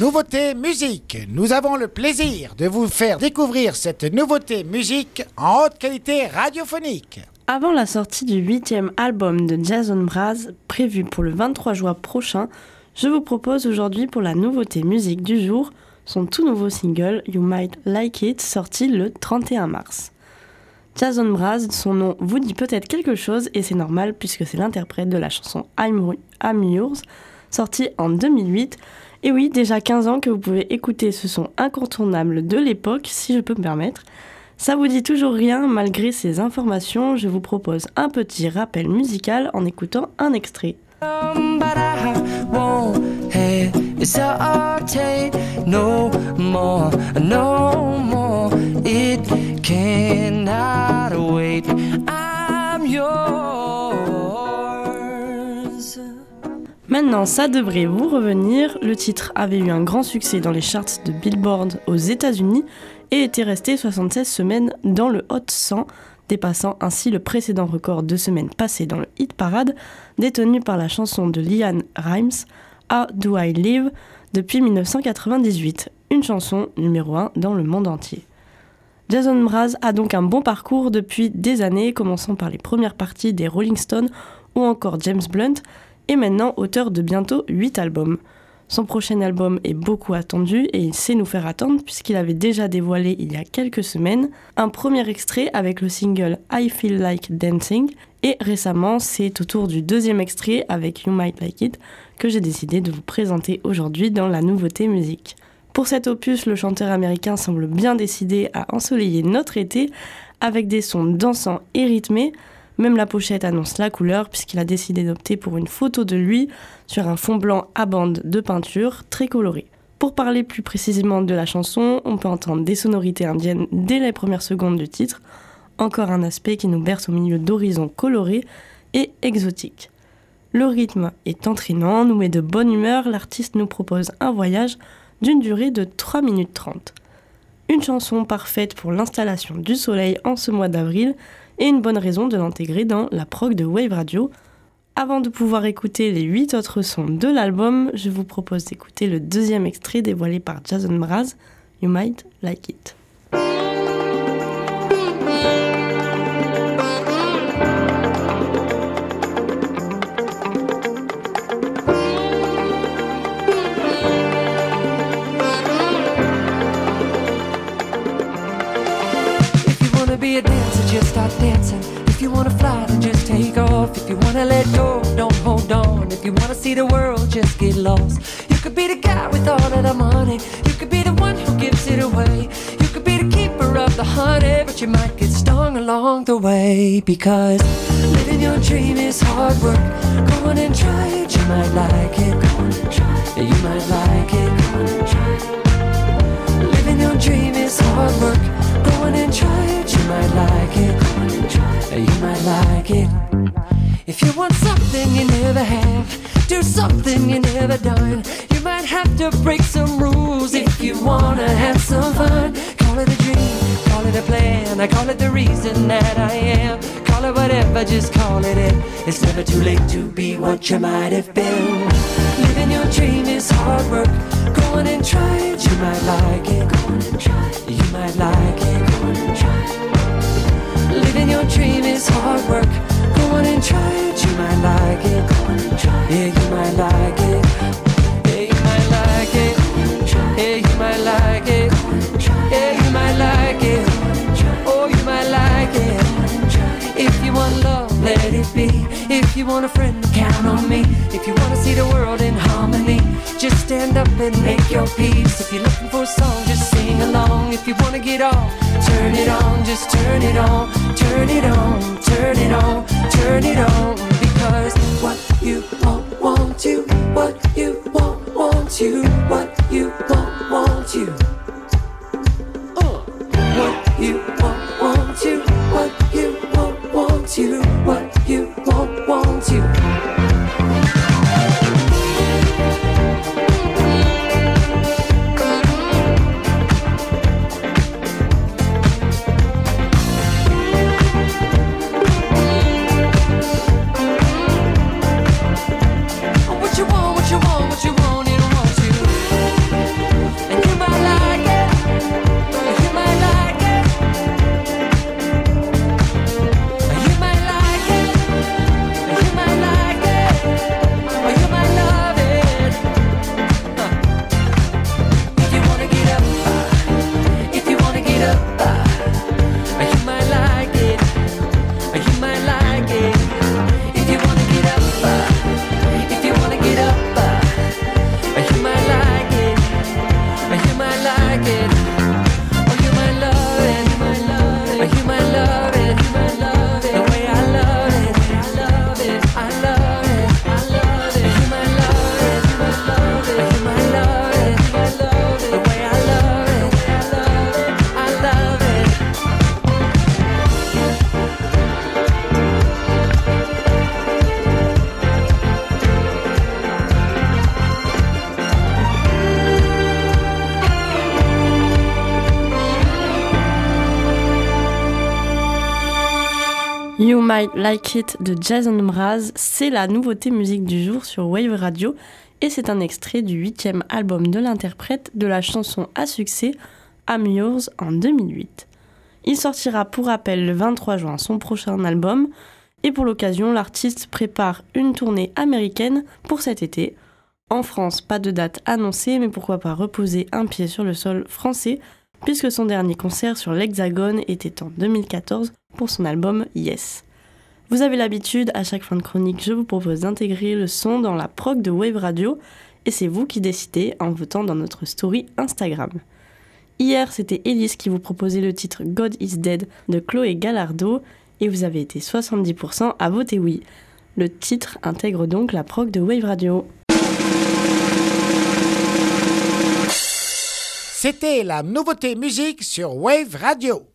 Nouveauté musique. Nous avons le plaisir de vous faire découvrir cette nouveauté musique en haute qualité radiophonique. Avant la sortie du 8e album de Jason Mraz, prévu pour le 23 juin prochain, je vous propose aujourd'hui pour la nouveauté musique du jour, son tout nouveau single You Might Like It, sorti le 31 mars. Jason Mraz, son nom vous dit peut-être quelque chose et c'est normal puisque c'est l'interprète de la chanson I'm Yours, sortie en 2008. Et oui, déjà 15 ans que vous pouvez écouter ce son incontournable de l'époque, si je peux me permettre. Ça vous dit toujours rien, malgré ces informations, je vous propose un petit rappel musical en écoutant un extrait. No more, no more, it cannot wait. I'm yours. Maintenant, ça devrait vous revenir. Le titre avait eu un grand succès dans les charts de Billboard aux États-Unis et était resté 76 semaines dans le Hot 100, dépassant ainsi le précédent record de semaines passées dans le hit parade, détenu par la chanson de LeAnn Rimes, How Do I Live, depuis 1998, une chanson numéro 1 dans le monde entier. Jason Mraz a donc un bon parcours depuis des années, commençant par les premières parties des Rolling Stones ou encore James Blunt, et maintenant auteur de bientôt 8 albums. Son prochain album est beaucoup attendu et il sait nous faire attendre puisqu'il avait déjà dévoilé il y a quelques semaines un premier extrait avec le single I Feel Like Dancing et récemment c'est au tour du deuxième extrait avec You Might Like It que j'ai décidé de vous présenter aujourd'hui dans la nouveauté musique. Pour cet opus, le chanteur américain semble bien décidé à ensoleiller notre été avec des sons dansants et rythmés. Même la pochette annonce la couleur puisqu'il a décidé d'opter pour une photo de lui sur un fond blanc à bande de peinture très coloré. Pour parler plus précisément de la chanson, on peut entendre des sonorités indiennes dès les premières secondes du titre, encore un aspect qui nous berce au milieu d'horizons colorés et exotiques. Le rythme est entraînant, nous met de bonne humeur, l'artiste nous propose un voyage d'une durée de 3 minutes 30. Une chanson parfaite pour l'installation du soleil en ce mois d'avril et une bonne raison de l'intégrer dans la prog de Wave Radio. Avant de pouvoir écouter les 8 autres sons de l'album, je vous propose d'écouter le deuxième extrait dévoilé par Jason Mraz, You Might Like It. Be a dancer, just start dancing. If you wanna fly, then just take off. If you wanna let go, don't hold on. If you wanna see the world, just get lost. You could be the guy with all of the money. You could be the one who gives it away. You could be the keeper of the honey, but you might get stung along the way. Because living your dream is hard work. Go on and try it, you might like it. Go on and try it, you might like it. Go on and try it. Living your dream is hard work. Go on and try it, you might like it. Go on and try it, you might like it. If you want something you never have, do something you never done. You might have to break some rules if you wanna have some fun. Call it a dream, call it a plan, I call it the reason that I am. Call it whatever, just call it it. It's never too late to be what you might have been. Living your dream is hard work. Go on and try it, you might like it. Go on and try it, you might like it. Go on and try it. Living your dream is hard work. Go on and try it, you might like it. Go on and try it, yeah, you might like it. Yeah, you might like it. Yeah, you might like it. Yeah, you might like it. Oh, you might like it. If you want love, let it be. If you want a friend, count on me. If you wanna see the world in harmony, just stand up and make your peace. If you're looking for a song, just sing along. If you wanna get off, turn it on, just turn it on. Turn it on, turn it on, turn it on. Because what you want you. What you want you. What you want you. What you want you. What you want you. What you want you. What you want, what you want, what you want, and want you. Might Like It de Jason Mraz, c'est la nouveauté musique du jour sur Wave Radio et c'est un extrait du 8e album de l'interprète de la chanson à succès I'm Yours en 2008. Il sortira pour rappel le 23 juin son prochain album et pour l'occasion, l'artiste prépare une tournée américaine pour cet été. En France, pas de date annoncée, mais pourquoi pas reposer un pied sur le sol français puisque son dernier concert sur l'Hexagone était en 2014 pour son album Yes. Vous avez l'habitude, à chaque fin de chronique, je vous propose d'intégrer le son dans la prog de Wave Radio et c'est vous qui décidez en votant dans notre story Instagram. Hier, c'était Elise qui vous proposait le titre God is Dead de Chloé Gallardo et vous avez été 70% à voter oui. Le titre intègre donc la prog de Wave Radio. C'était la nouveauté musique sur Wave Radio.